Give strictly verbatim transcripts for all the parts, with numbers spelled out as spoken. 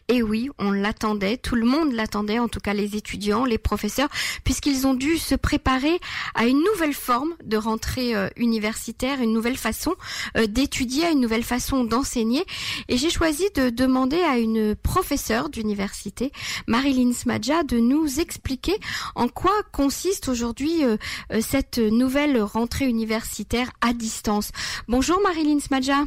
Et oui, on l'attendait, tout le monde l'attendait, en tout cas les étudiants, les professeurs, puisqu'ils ont dû se préparer à une nouvelle forme de rentrée euh, universitaire, une nouvelle façon euh, d'étudier, une nouvelle façon d'enseigner. Et j'ai choisi de demander à une professeure d'université, Marilyn Smadja, de nous expliquer en quoi consiste aujourd'hui euh, euh, cette nouvelle rentrée universitaire à distance. Bonjour Marilyn Smadja.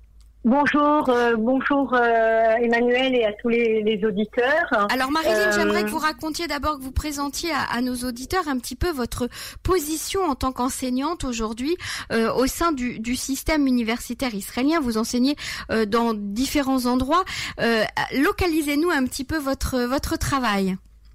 Bonjour, euh, bonjour euh, Emmanuel et à tous les, les auditeurs. Alors Marilyn, euh... j'aimerais que vous racontiez d'abord, que vous présentiez à, à nos auditeurs un petit peu votre position en tant qu'enseignante aujourd'hui euh, au sein du, du système universitaire israélien. Vous enseignez euh, dans différents endroits. Euh, localisez-nous un petit peu votre votre travail.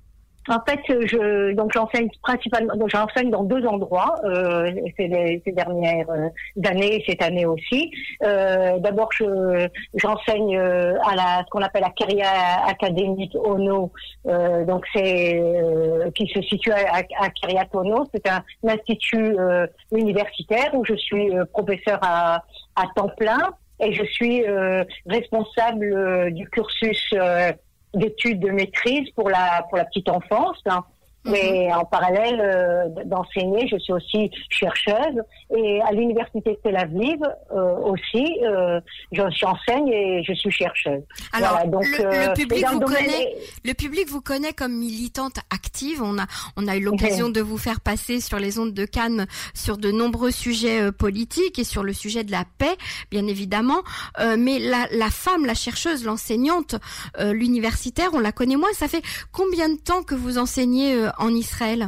En fait, je donc j'enseigne principalement, donc j'enseigne dans deux endroits euh, ces, ces dernières années, cette année aussi. Euh, d'abord, je j'enseigne à la ce qu'on appelle la Kiryat académique Ono. Euh, donc c'est euh, qui se situe à, à Kiryat Ono. C'est un, un institut euh, universitaire où je suis euh, professeur à, à temps plein et je suis euh, responsable euh, du cursus euh, d'études de maîtrise pour la pour la petite enfance, hein. Mais en parallèle euh, d'enseigner, je suis aussi chercheuse et à l'université de Tel Aviv euh, aussi, euh, j'enseigne et je suis chercheuse. Alors, voilà, donc, le, euh, le public vous domaine... connaît, le public vous connaît comme militante active. On a, on a eu l'occasion okay. de vous faire passer sur les ondes de Cannes sur de nombreux sujets euh, politiques et sur le sujet de la paix, bien évidemment. Euh, mais la, la femme, la chercheuse, l'enseignante, euh, l'universitaire, on la connaît moins. Ça fait combien de temps que vous enseignez euh, en Israël?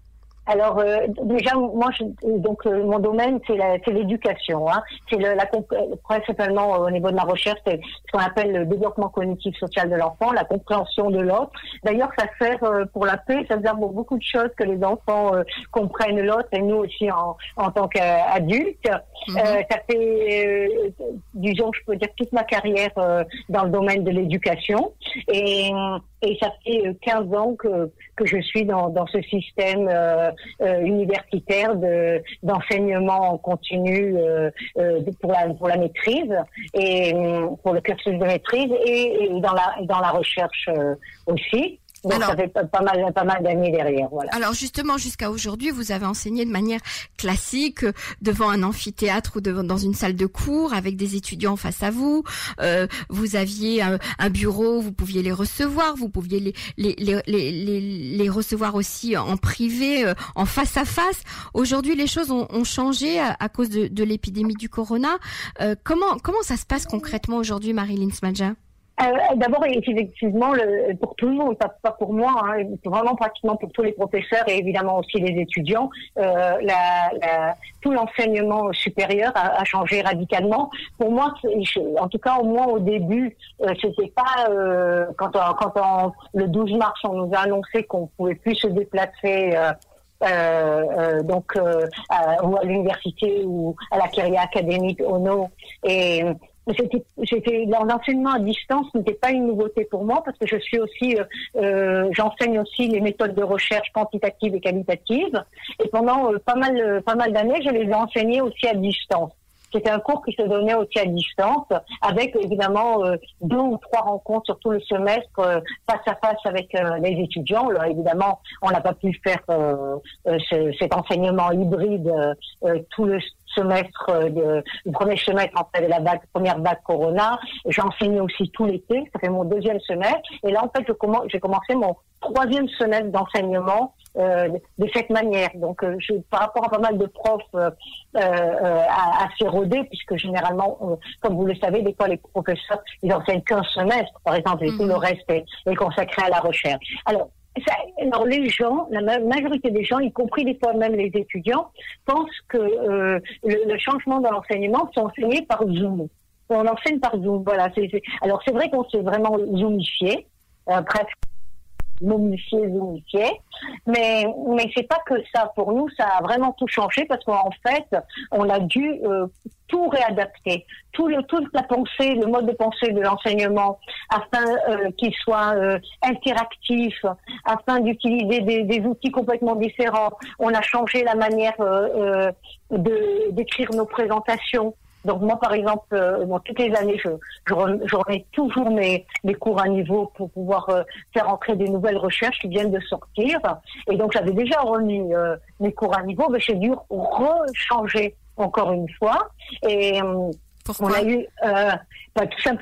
Alors euh, déjà moi je, donc euh, mon domaine c'est la, c'est l'éducation, hein. C'est le, la principalement euh, au niveau de ma recherche c'est ce qu'on appelle le développement cognitif social de l'enfant, la compréhension de l'autre. D'ailleurs ça sert euh, pour la paix, ça sert pour beaucoup de choses que les enfants euh, comprennent l'autre et nous aussi en, en tant qu'adultes. Mm-hmm. Euh, ça fait euh, disons je peux dire toute ma carrière euh, dans le domaine de l'éducation et et ça fait quinze ans que que je suis dans dans ce système euh, Euh, universitaire de d'enseignement en continu euh, euh, pour la pour la maîtrise et pour le cursus de maîtrise et, et dans la dans la recherche euh, aussi. Donc alors, ça fait pas mal, pas mal d'années derrière, voilà. Alors justement, jusqu'à aujourd'hui, vous avez enseigné de manière classique devant un amphithéâtre ou devant, dans une salle de cours avec des étudiants face à vous. Euh, vous aviez un, un bureau, vous pouviez les recevoir, vous pouviez les les les les, les, les recevoir aussi en privé, euh, en face à face. Aujourd'hui, les choses ont, ont changé à, à cause de, de l'épidémie du corona. Euh, comment comment ça se passe concrètement aujourd'hui, Marilyn Smadja? Euh, d'abord, effectivement, le, pour tout le monde, pas, pas pour moi, hein, vraiment pratiquement pour tous les professeurs et évidemment aussi les étudiants, euh, la, la, tout l'enseignement supérieur a, a changé radicalement. Pour moi, en tout cas, au moins au début, euh, c'était pas euh, quand, on, quand on, le douze mars, on nous a annoncé qu'on pouvait plus se déplacer. Euh, Euh, euh, donc euh, à, ou à l'université ou à la Kiryat académique Ono et c'était c'était l'enseignement à distance n'était pas une nouveauté pour moi parce que je suis aussi euh, euh, j'enseigne aussi les méthodes de recherche quantitatives et qualitatives et pendant euh, pas mal euh, pas mal d'années je les ai enseignées aussi à distance. C'était un cours qui se donnait aussi à distance, avec évidemment euh, deux ou trois rencontres sur tout le semestre, euh, face à face avec euh, les étudiants. Là, évidemment, on n'a pas pu faire euh, euh, ce, cet enseignement hybride euh, tout le semestre, euh, de, le premier semestre en fait de la vague, première vague Corona. J'ai enseigné aussi tout l'été, ça fait mon deuxième semestre. Et là, en fait, je commence, j'ai commencé mon troisième semestre d'enseignement euh, de, de cette manière. Donc, euh, je, par rapport à pas mal de profs euh, euh, assez rodés, puisque généralement, euh, comme vous le savez, des fois les professeurs, ils enseignent qu'un semestre, par exemple, et mmh. tout le reste est, est consacré à la recherche. Alors, Ça, alors les gens, la majorité des gens, y compris des fois même les étudiants, pensent que euh, le, le changement dans l'enseignement c'est enseigné par Zoom. On enseigne par Zoom, voilà. C'est, c'est... Alors c'est vrai qu'on s'est vraiment zoomifié, euh, presque momifié, zoomifié, mais mais c'est pas que ça. Pour nous, ça a vraiment tout changé parce qu'en fait, on a dû euh, tout réadapter, tout le toute la pensée, le mode de pensée de l'enseignement, afin euh, qu'il soit euh, interactif, afin d'utiliser des, des outils complètement différents. On a changé la manière euh, euh, de d'écrire nos présentations. Donc moi, par exemple, euh, bon, toutes les années, je, je, je remets toujours mes, mes cours à niveau pour pouvoir euh, faire entrer des nouvelles recherches qui viennent de sortir. Et donc j'avais déjà remis euh, mes cours à niveau, mais j'ai dû rechanger encore une fois. Et euh, Pourquoi? on a eu, euh, bah, tout simplement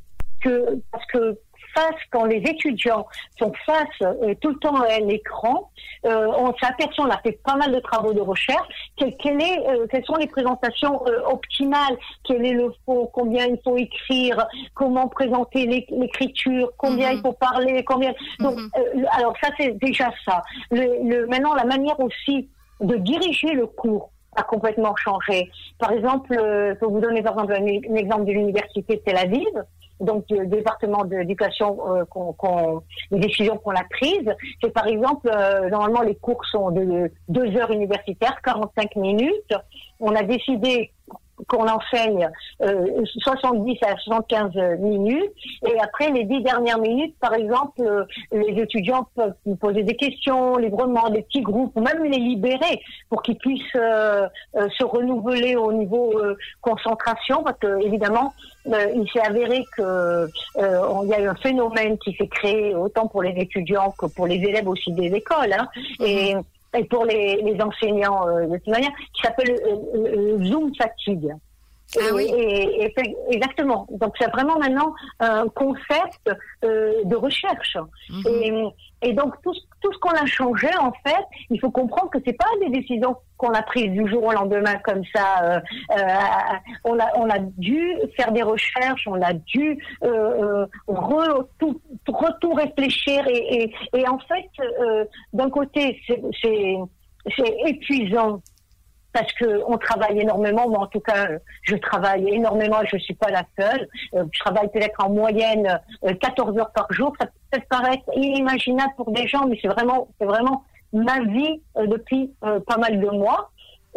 que parce que face, quand les étudiants sont face euh, tout le temps à l'écran, euh, on s'aperçoit, on a fait pas mal de travaux de recherche, quel, quel est, euh, quelles sont les présentations euh, optimales, quel est le fond, combien il faut écrire, comment présenter l'écriture, combien mm-hmm. il faut parler, combien. Donc, mm-hmm. euh, alors ça c'est déjà ça. Le, le, maintenant, la manière aussi de diriger le cours a complètement changé. Par exemple, euh, je vais vous donner par exemple un, un exemple de l'université de Tel Aviv. Donc du département d'éducation, euh, qu'on, qu'on, les décisions qu'on a prises, c'est par exemple, euh, normalement les cours sont de deux heures universitaires, quarante-cinq minutes. On a décidé qu'on enseigne euh, soixante-dix à soixante-quinze minutes, et après les dix dernières minutes, par exemple, euh, les étudiants peuvent nous poser des questions librement, des petits groupes, ou même les libérer pour qu'ils puissent euh, euh, se renouveler au niveau euh, concentration, parce que évidemment, euh, il s'est avéré que euh, il y a eu un phénomène qui s'est créé autant pour les étudiants que pour les élèves aussi des écoles, hein, et et pour les, les enseignants euh, de toute manière, qui s'appelle euh, euh, Zoom fatigue. Ah et, oui. et, et, exactement. Donc c'est vraiment maintenant un concept euh, de recherche. Mm-hmm. Et, et donc tout, tout ce qu'on a changé, en fait, il faut comprendre que c'est pas des décisions qu'on a prises du jour au lendemain comme ça. Euh, euh, on a on a dû faire des recherches, on a dû euh, re, tout, re, tout réfléchir et, et, et en fait, euh, d'un côté c'est, c'est, c'est épuisant. Parce que on travaille énormément, moi en tout cas je travaille énormément, je suis pas la seule. Euh, je travaille peut-être en moyenne euh, quatorze heures par jour. Ça peut peut-être paraître inimaginable pour des gens, mais c'est vraiment, c'est vraiment ma vie euh, depuis euh, pas mal de mois.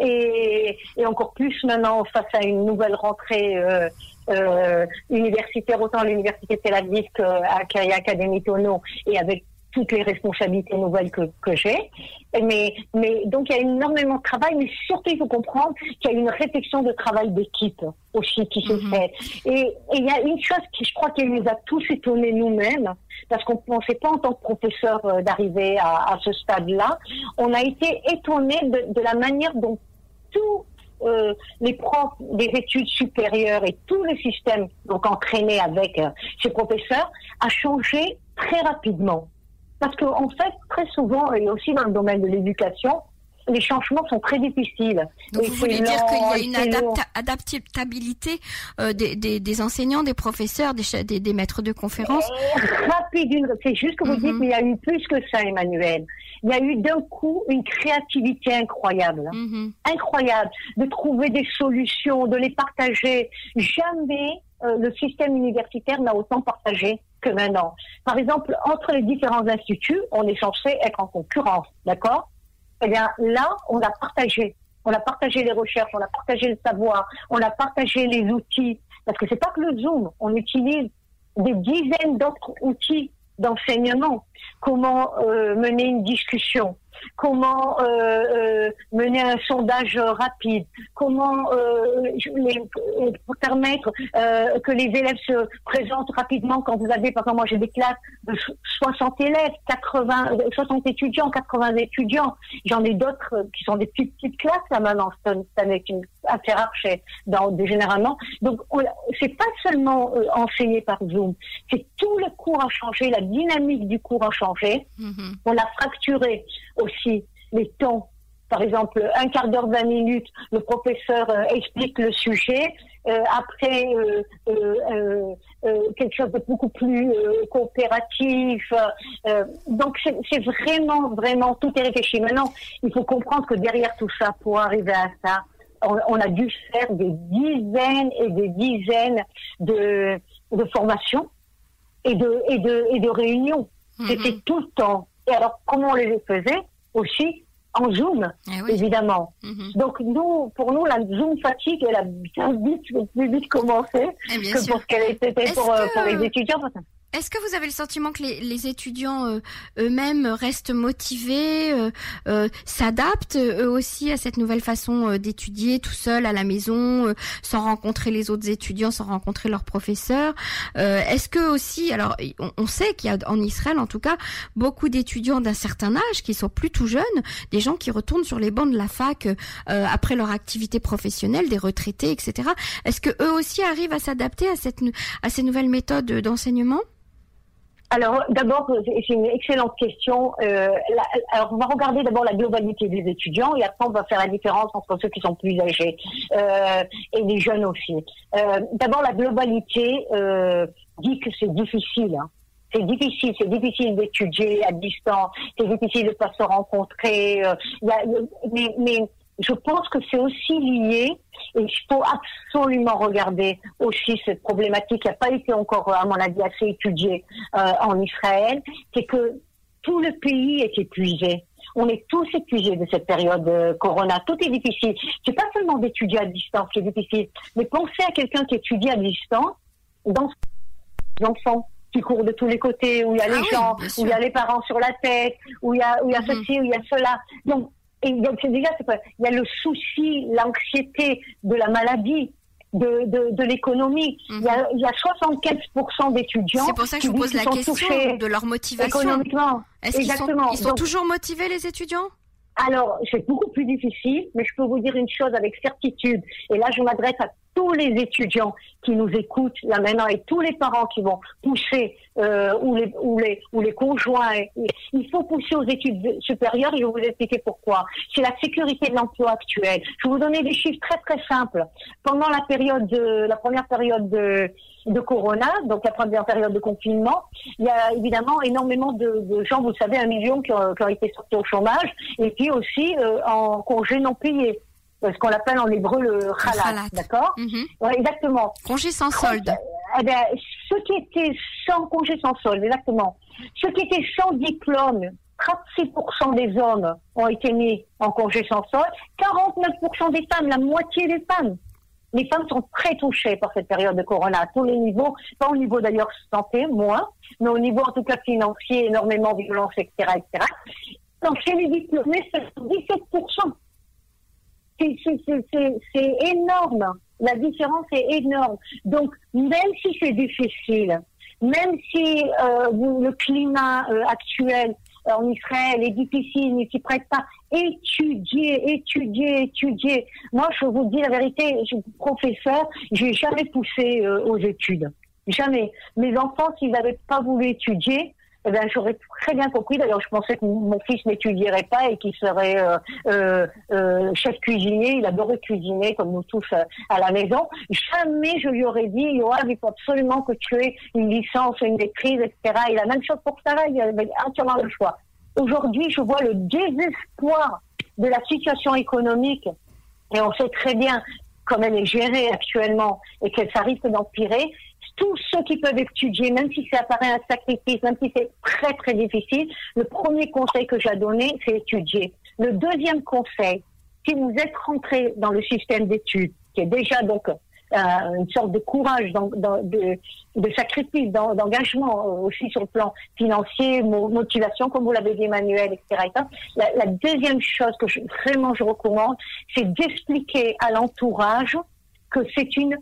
Et, et encore plus maintenant face à une nouvelle rentrée euh, euh, universitaire, autant à l'université de Tel Aviv qu'à Caria Academy Tono, et avec toutes les responsabilités nouvelles que, que j'ai. Mais, mais, donc il y a énormément de travail, mais surtout il faut comprendre qu'il y a une réflexion de travail d'équipe aussi qui se mm-hmm. fait. Et, et il y a une chose qui, je crois, qui nous a tous étonnés nous-mêmes, parce qu'on ne pensait pas en tant que professeur euh, d'arriver à, à ce stade-là. On a été étonnés de, de la manière dont tous euh, les profs des études supérieures et tout le système donc entraîné avec euh, ces professeurs a changé très rapidement. Parce qu'en en fait, très souvent, et aussi dans le domaine de l'éducation, les changements sont très difficiles. Donc et vous voulez dire qu'il y a une adapta- adaptabilité euh, des, des, des enseignants, des professeurs, des, des, des maîtres de conférences? Rapide, c'est juste que vous mm-hmm. dites, mais il y a eu plus que ça, Emmanuel. Il y a eu d'un coup une créativité incroyable. Hein. Mm-hmm. Incroyable. De trouver des solutions, de les partager. Jamais euh, le système universitaire n'a autant partagé que maintenant. Par exemple, entre les différents instituts, on est censé être en concurrence, d'accord? Eh bien, là, on a partagé. On a partagé les recherches, on a partagé le savoir, on a partagé les outils. Parce que c'est pas que le Zoom, on utilise des dizaines d'autres outils d'enseignement. Comment euh, mener une discussion, comment euh, euh, mener un sondage rapide, comment euh, les, permettre euh, que les élèves se présentent rapidement quand vous avez, par exemple, moi j'ai des classes de soixante élèves, quatre-vingts, soixante étudiants, quatre-vingts étudiants. J'en ai d'autres qui sont des petites, petites classes là maintenant, c'est avec une assez rare chez, dans, généralement. Donc on, c'est pas seulement euh, enseigné par Zoom, c'est tout le cours a changé, la dynamique du cours a changé. Mm-hmm. On a fracturé aussi les temps. Par exemple, un quart d'heure, vingt minutes, le professeur euh, explique le sujet. Euh, après, euh, euh, euh, quelque chose de beaucoup plus euh, coopératif. Euh, donc, c'est, c'est vraiment, vraiment, tout est réfléchi. Maintenant, il faut comprendre que derrière tout ça, pour arriver à ça, on, on a dû faire des dizaines et des dizaines de, de formations et de, et de, et de réunions. Mm-hmm. C'était tout le temps. Et alors, comment on les faisait? Aussi en Zoom, eh oui. évidemment. Mm-hmm. Donc, nous, pour nous, la Zoom fatigue, elle a bien vite, plus vite commencé eh bien que sûr. Pour ce qu'elle était pour, que, pour les étudiants. Est-ce que vous avez le sentiment que les, les étudiants euh, eux-mêmes restent motivés, euh, euh, s'adaptent eux aussi à cette nouvelle façon euh, d'étudier tout seul à la maison, euh, sans rencontrer les autres étudiants, sans rencontrer leurs professeurs? euh, Est-ce que aussi, alors on, on sait qu'il y a en Israël en tout cas beaucoup d'étudiants d'un certain âge qui sont plus tout jeunes, des gens qui retournent sur les bancs de la fac euh, après leur activité professionnelle, des retraités, et cetera. Est-ce que eux aussi arrivent à s'adapter à cette à ces nouvelles méthodes d'enseignement? Alors, d'abord, c'est une excellente question. Euh, la, alors, on va regarder d'abord la globalité des étudiants et après, on va faire la différence entre ceux qui sont plus âgés euh, et les jeunes aussi. Euh, d'abord, la globalité euh, dit que c'est difficile. Hein. C'est difficile, c'est difficile d'étudier à distance, c'est difficile de pas se rencontrer. Euh, y a, mais, mais je pense que c'est aussi lié, et il faut absolument regarder aussi cette problématique qui n'a pas été encore, à mon avis, assez étudiée euh, en Israël, c'est que tout le pays est épuisé. On est tous épuisés de cette période de Corona. Tout est difficile. C'est pas seulement d'étudier à distance qui est difficile, mais pensez à quelqu'un qui étudie à distance dans ses enfants qui courent de tous les côtés, où il y a les ah gens, oui, où il y a les parents sur la tête, où il y a, où il y a mm-hmm. ceci, où il y a cela. Donc, et donc, c'est déjà, c'est pas, il y a le souci, l'anxiété de la maladie, de, de, de l'économie. Mm-hmm. Il y a, il y a soixante-quinze pour cent d'étudiants. C'est pour ça que je vous pose la question de leur motivation. Économiquement. Est-ce Exactement. qu'ils sont, ils sont donc, toujours motivés, les étudiants? Alors, c'est beaucoup plus difficile, mais je peux vous dire une chose avec certitude. Et là, je m'adresse à tous les étudiants qui nous écoutent là maintenant et tous les parents qui vont pousser euh, ou les ou les ou les conjoints. Il faut pousser aux études supérieures et je vais vous expliquer pourquoi. C'est la sécurité de l'emploi actuel. Je vais vous donner des chiffres très très simples. Pendant la période de, la première période de de Corona, donc la première période de confinement, il y a évidemment énormément de, de gens, vous savez, un million qui ont, qui ont été sortis au chômage et puis aussi euh, en congé non payé. Ce qu'on appelle en hébreu le khalat, d'accord? Mm-hmm. Ouais, exactement. Congé sans solde. Eh bien, ceux qui étaient sans congé sans solde, exactement. Ceux qui étaient sans diplôme, trente-six pour cent des hommes ont été mis en congé sans solde, quarante-neuf pour cent des femmes, la moitié des femmes. Les femmes sont très touchées par cette période de Corona à tous les niveaux, pas au niveau d'ailleurs santé, moins, mais au niveau en tout cas financier, énormément de violence, et cetera, et cetera. Donc chez les diplômés, c'est dix-sept pour cent. C'est, c'est, c'est, c'est, c'est énorme. La différence est énorme. Donc, même si c'est difficile, même si euh, le climat euh, actuel euh, en Israël est difficile, ne s'y prête pas, étudier, étudier, étudier. Moi, je vous dis la vérité, je suis professeur, j'ai jamais poussé euh, aux études. Jamais. Mes enfants, s'ils n'avaient pas voulu étudier, eh ben, j'aurais très bien compris. D'ailleurs, je pensais que mon fils n'étudierait pas et qu'il serait euh, euh, euh, chef cuisinier. Il adorait cuisiner, comme nous tous euh, à la maison. Jamais je lui aurais dit, Yoav, il faut absolument que tu aies une licence, une maîtrise, et cetera. Et la même chose pour Sarah, il avait entièrement le choix. Aujourd'hui, je vois le désespoir de la situation économique. Et on sait très bien comme elle est gérée actuellement et que ça risque d'empirer. Tous ceux qui peuvent étudier, même si ça apparaît un sacrifice, même si c'est très très difficile, le premier conseil que j'ai donné, c'est étudier. Le deuxième conseil, si vous êtes rentré dans le système d'études, qui est déjà donc euh, une sorte de courage, dans, dans, de, de sacrifice, dans, d'engagement euh, aussi sur le plan financier, mo- motivation, comme vous l'avez dit Emmanuel, et cetera et cetera. La, la deuxième chose que je, vraiment je recommande, c'est d'expliquer à l'entourage que c'est une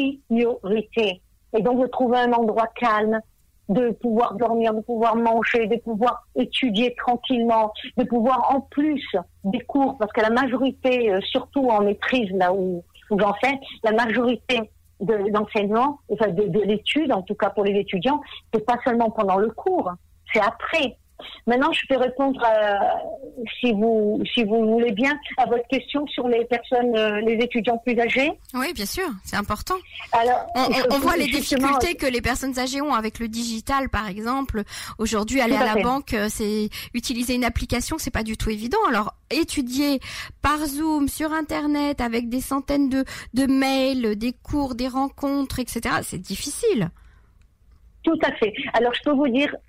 priorité. Et donc, de trouver un endroit calme, de pouvoir dormir, de pouvoir manger, de pouvoir étudier tranquillement, de pouvoir en plus des cours, parce que la majorité, surtout en maîtrise, là où, où j'enseigne, la majorité de, d'enseignement, enfin de, de l'étude, en tout cas pour les étudiants, c'est pas seulement pendant le cours, c'est après. Maintenant, je peux répondre, à, si vous si vous voulez bien, à votre question sur les personnes, euh, les étudiants plus âgés. Oui, bien sûr, c'est important. Alors, on, on, on voit les difficultés que les personnes âgées ont avec le digital, par exemple. Aujourd'hui, aller à, à la banque, c'est utiliser une application, c'est pas du tout évident. Alors, étudier par Zoom, sur Internet, avec des centaines de de mails, des cours, des rencontres, et cetera, c'est difficile. Tout à fait. Alors, je peux vous dire,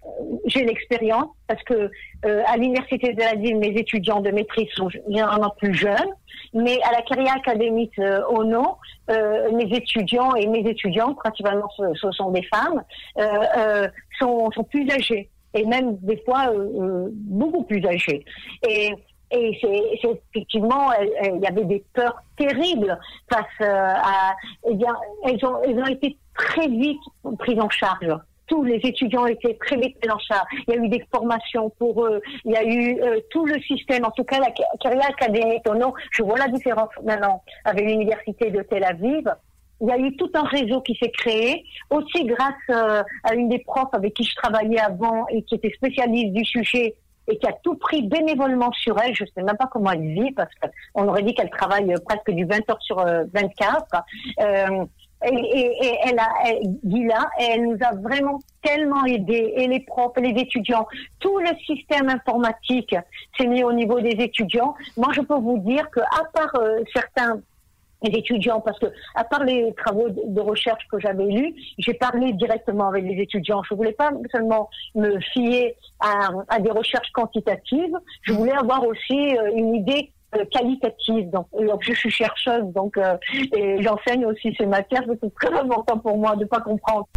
j'ai l'expérience parce que euh, à l'université de la ville, mes étudiants de maîtrise sont généralement plus jeunes, mais à la carrière académique euh, Ono, euh, mes étudiants et mes étudiantes, principalement ce, ce sont des femmes, euh, euh, sont, sont plus âgés et même des fois euh, euh, beaucoup plus âgés. Et Et c'est, c'est effectivement, il y avait des peurs terribles face à, eh bien, elles ont, elles ont été très vite prises en charge. Tous les étudiants étaient très vite pris en charge. Il y a eu des formations pour eux. Il y a eu euh, tout le système, en tout cas la carrière académique. Oh non, je vois la différence maintenant avec l'université de Tel Aviv. Il y a eu tout un réseau qui s'est créé, aussi grâce euh, à une des profs avec qui je travaillais avant et qui était spécialiste du sujet et qui a tout pris bénévolement sur elle. Je ne sais même pas comment elle vit parce qu'on aurait dit qu'elle travaille presque du vingt heures sur vingt-quatre. Euh, et, et, et elle a, elle, Gila, elle nous a vraiment tellement aidés, et les profs, et les étudiants. Tout le système informatique s'est mis au niveau des étudiants. Moi, je peux vous dire que à part euh, certains les étudiants, parce que à part les travaux de recherche que j'avais lus, j'ai parlé directement avec les étudiants. Je voulais pas seulement me fier à, à des recherches quantitatives, je voulais avoir aussi une idée euh, qualitative. Donc, donc, je suis chercheuse, donc euh, et j'enseigne aussi ces matières. C'est très important pour moi de pas comprendre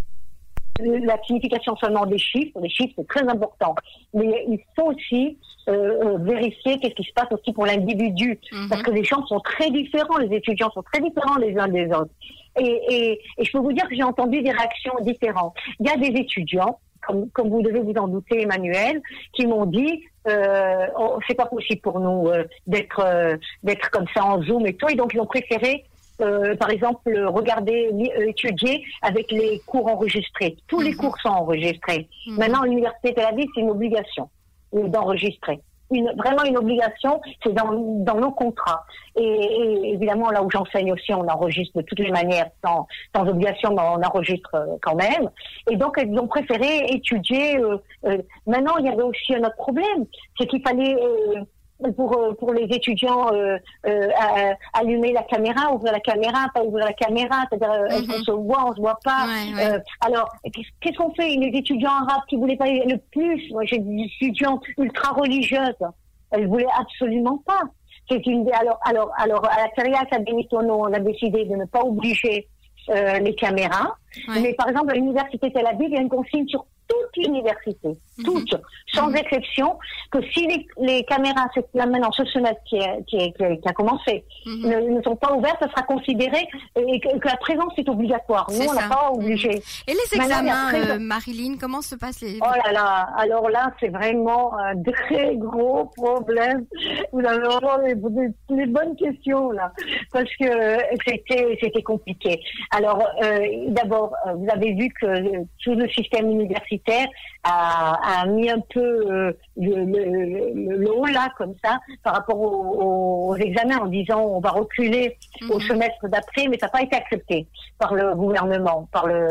la signification seulement des chiffres. Les chiffres, c'est très important. Mais il faut aussi euh, vérifier qu'est-ce qui se passe aussi pour l'individu. Mm-hmm. Parce que les gens sont très différents, les étudiants sont très différents les uns des autres. Et, et, et je peux vous dire que j'ai entendu des réactions différentes. Il y a des étudiants, comme, comme vous devez vous en douter, Emmanuel, qui m'ont dit euh, oh, c'est pas possible pour nous euh, d'être euh, d'être comme ça en Zoom et tout. Et donc, ils ont préféré Euh, par exemple, regarder, euh, étudier avec les cours enregistrés. Tous mmh. les cours sont enregistrés. Mmh. Maintenant, à l'université de Tel Aviv, c'est une obligation euh, d'enregistrer. Une, vraiment une obligation, c'est dans, dans nos contrats. Et, et évidemment, là où j'enseigne aussi, on enregistre de toutes les manières, sans, sans obligation, mais on enregistre euh, quand même. Et donc, ils ont préféré étudier. Euh, euh, maintenant, il y avait aussi un autre problème, c'est qu'il fallait... Euh, Pour, pour les étudiants, euh, euh, allumer la caméra, ouvrir la caméra, pas ouvrir la caméra, c'est-à-dire mm-hmm. est-ce qu'on se voit, on se voit pas. Ouais, ouais. Euh, alors, qu'est-ce qu'on fait? Les étudiants arabes qui voulaient pas le plus, moi j'ai des étudiantes ultra religieuses, elles voulaient absolument pas. C'est une, alors, alors, alors à la carrière académique, on a décidé de ne pas obliger euh, les caméras, ouais. mais par exemple à l'université Tel Aviv, il y a une consigne sur toute l'université, mm-hmm. toute, sans mm-hmm. exception, que si les, les caméras, c'est là maintenant ce semestre qui, est, qui, est, qui, est, qui a commencé, mm-hmm. ne, ne sont pas ouvertes, ça sera considéré et que, que la présence est obligatoire. Nous, c'est on n'a pas obligé. Et les examens, euh, Marilyn, comment se passent les... Oh là là, alors là, c'est vraiment un très gros problème. Vous avez vraiment les, les bonnes questions, là, parce que c'était, c'était compliqué. Alors, euh, d'abord, vous avez vu que tout le système universitaire A, a mis un peu euh, le, le, le, le haut là comme ça par rapport aux, aux examens en disant on va reculer mm-hmm. au semestre d'après, mais ça n'a pas été accepté par le gouvernement, par le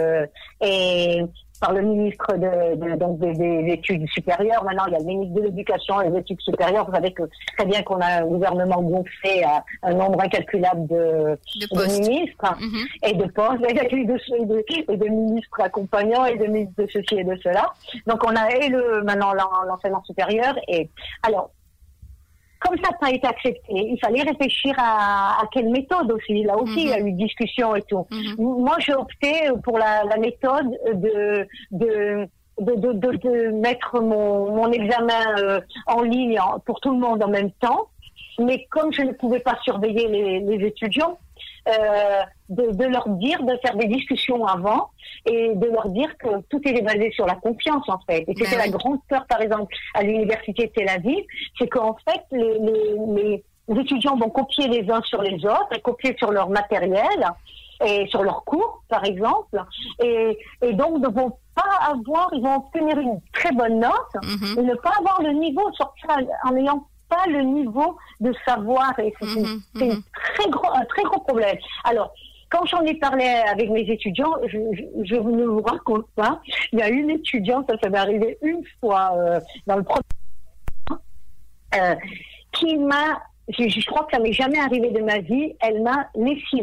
et par le ministre de, de, donc des, des études supérieures. Maintenant, il y a le ministre de l'éducation et des études supérieures. Vous savez que très bien qu'on a un gouvernement gonflé à un nombre incalculable de, de, de ministres mm-hmm. et de postes, et de, et, de, et de ministres accompagnants et de ministres de ceci et de cela. Donc, on a et le, maintenant l'enseignement supérieur. Et alors, comme ça n'a pas été accepté, il fallait réfléchir à, à quelle méthode aussi. Là aussi, mm-hmm. il y a eu discussion et tout. Mm-hmm. Moi, j'ai opté pour la, la méthode de, de, de, de, de, de mettre mon, mon examen euh, en ligne pour tout le monde en même temps. Mais comme je ne pouvais pas surveiller les, les étudiants, euh, de, de leur dire, de faire des discussions avant et de leur dire que tout est basé sur la confiance en fait. Et c'était ben oui. la grande peur par exemple à l'université de Tel Aviv, c'est qu'en fait les, les, les étudiants vont copier les uns sur les autres et copier sur leur matériel et sur leurs cours par exemple et, et donc ne vont pas avoir, ils vont obtenir une très bonne note mm-hmm. et ne pas avoir le niveau, sortir en ayant pas le niveau de savoir et c'est, mm-hmm, c'est mm-hmm. très gros, un très gros problème. Alors, quand j'en ai parlé avec mes étudiants, je, je, je ne vous raconte pas, il y a une étudiante, ça, ça m'est arrivé une fois euh, dans le premier euh, qui m'a, je, je crois que ça m'est jamais arrivé de ma vie, elle m'a lessivé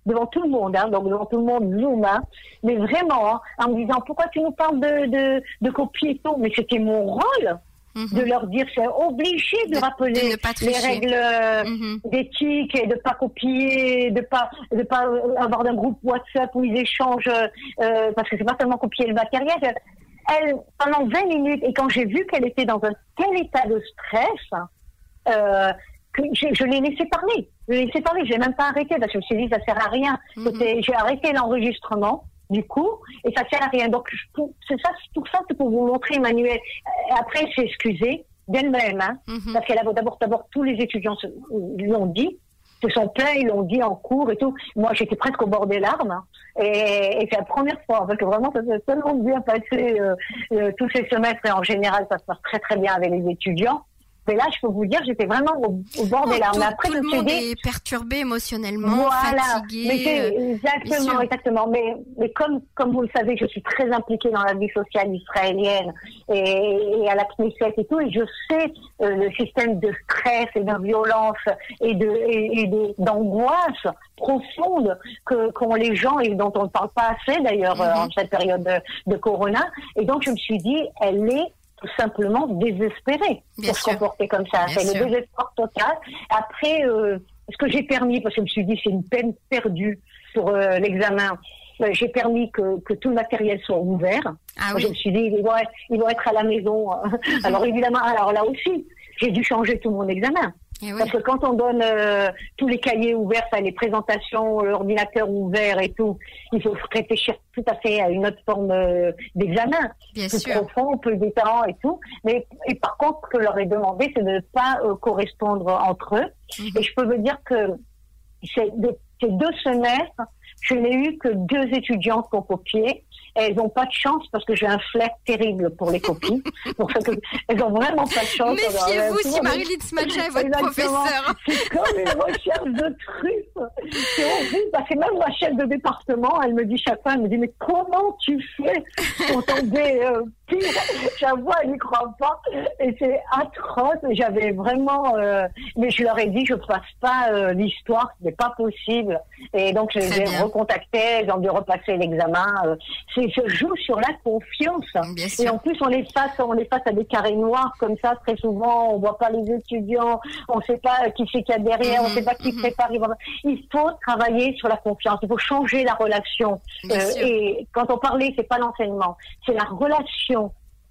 devant tout le monde, hein, donc devant tout le monde, Zoom, hein, mais vraiment, hein, en me disant pourquoi tu nous parles de, de, de copier et tout, mais c'était mon rôle. Mmh. De leur dire c'est obligé de, de rappeler de les règles mmh. d'éthique et de pas copier, de pas de pas avoir un groupe WhatsApp où ils échangent euh, parce que c'est pas seulement copier le matériel. Elle pendant vingt minutes et quand j'ai vu qu'elle était dans un tel état de stress, euh, que je, je l'ai laissé parler. Je l'ai laissé parler. Je l'ai même pas arrêté parce que je me suis dit ça sert à rien. Mmh. J'ai arrêté l'enregistrement. Du coup, et ça sert à rien. Donc, c'est ça, pour ça, c'est pour vous montrer, Emmanuel. Après, elle s'est excusée d'elle-même, hein, mm-hmm. parce qu'elle a d'abord, d'abord, tous les étudiants lui l'ont dit, se sont plaints, ils l'ont dit en cours et tout. Moi, j'étais presque au bord des larmes, hein, et, et c'est la première fois, parce que vraiment, ça s'est tellement bien passé euh, euh, tous ces semestres, et en général, ça se passe très très bien avec les étudiants. Mais là, je peux vous dire, j'étais vraiment au, au bord des larmes. Tout, après, tout je le me monde suis dit, est perturbé émocionnellement, voilà, fatigué. Mais c'est, exactement, exactement. Mais, mais comme, comme vous le savez, je suis très impliquée dans la vie sociale israélienne et, et à la Knesset et tout, et je sais euh, le système de stress et de violence et de, et, et de, d'angoisse profonde que, qu'ont les gens et dont on ne parle pas assez d'ailleurs mm-hmm. euh, en cette période de, de Corona. Et donc, je me suis dit, elle est tout simplement désespérée Bien pour sûr. se comporter comme ça. Bien c'est sûr. le désespoir total. Après, euh, ce que j'ai permis, parce que je me suis dit c'est une peine perdue pour euh, l'examen, euh, j'ai permis que, que tout le matériel soit ouvert. Ah oui. Je me suis dit, ils vont être, ils vont être à la maison. Alors évidemment, alors là aussi, j'ai dû changer tout mon examen. Eh oui. Parce que quand on donne euh, tous les cahiers ouverts, ça, les présentations, l'ordinateur ouvert et tout, il faut réfléchir tout à fait à une autre forme euh, d'examen, Bien plus sûr. profond, plus détaillant et tout. Mais et par contre, ce que je leur ai demandé, c'est de ne pas euh, correspondre entre eux. Mm-hmm. Et je peux vous dire que ces deux, ces deux semestres, je n'ai eu que deux étudiantes qui ont copié. Elles n'ont pas de chance parce que j'ai un flair terrible pour les copies. Pour ça que elles n'ont vraiment pas de chance. Méfiez-vous si Marilyn Smadja est votre professeure. C'est comme une recherche de truffe. C'est horrible parce que même ma chef de département, elle me dit chaque fois, elle me dit mais comment tu fais pour tomber euh, pire? J'avoue, elle n'y croit pas. Et c'est atroce. J'avais vraiment, euh, mais je leur ai dit je passe pas euh, l'histoire, ce n'est pas possible. Et donc je les ai recontactées, elles ont dû repasser l'examen. Euh, c'est se joue sur la confiance. Et en plus, on les face, on les face à des carrés noirs comme ça. Très souvent, on voit pas les étudiants, on sait pas qui c'est qu'il y a derrière, mmh, on sait pas qui mmh. prépare. Il faut travailler sur la confiance. Il faut changer la relation. Euh, et quand on parlait, c'est pas l'enseignement, c'est la relation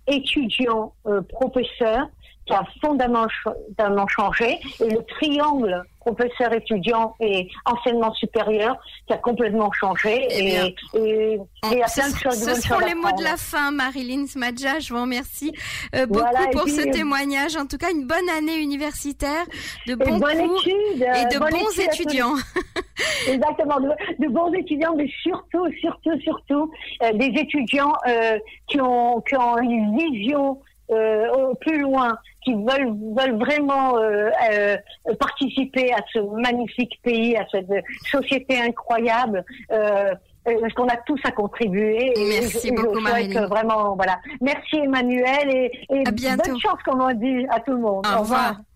étudiant-professeur euh, qui a fondamentalement changé, et le triangle professeur-étudiant et enseignement supérieur qui a complètement changé. Eh et, et, et il y a plein de choses. Ce seront les mots de la fin, Marilyn Smadja. Je vous remercie euh, beaucoup voilà, pour puis, ce témoignage. En tout cas, une bonne année universitaire, de bons cours étude, et de bons étudiants. Exactement, de, de bons étudiants, mais surtout, surtout, surtout, euh, des étudiants euh, qui ont, qui ont une vision Euh, au plus loin, qui veulent veulent vraiment euh, euh, participer à ce magnifique pays, à cette société incroyable, euh, parce qu'on a tous à contribuer. Merci et, beaucoup, Marilyn. Vraiment, voilà. Merci Emmanuel et, et à bientôt. Bonne chance, comme on dit, à tout le monde. Au, Au revoir. revoir.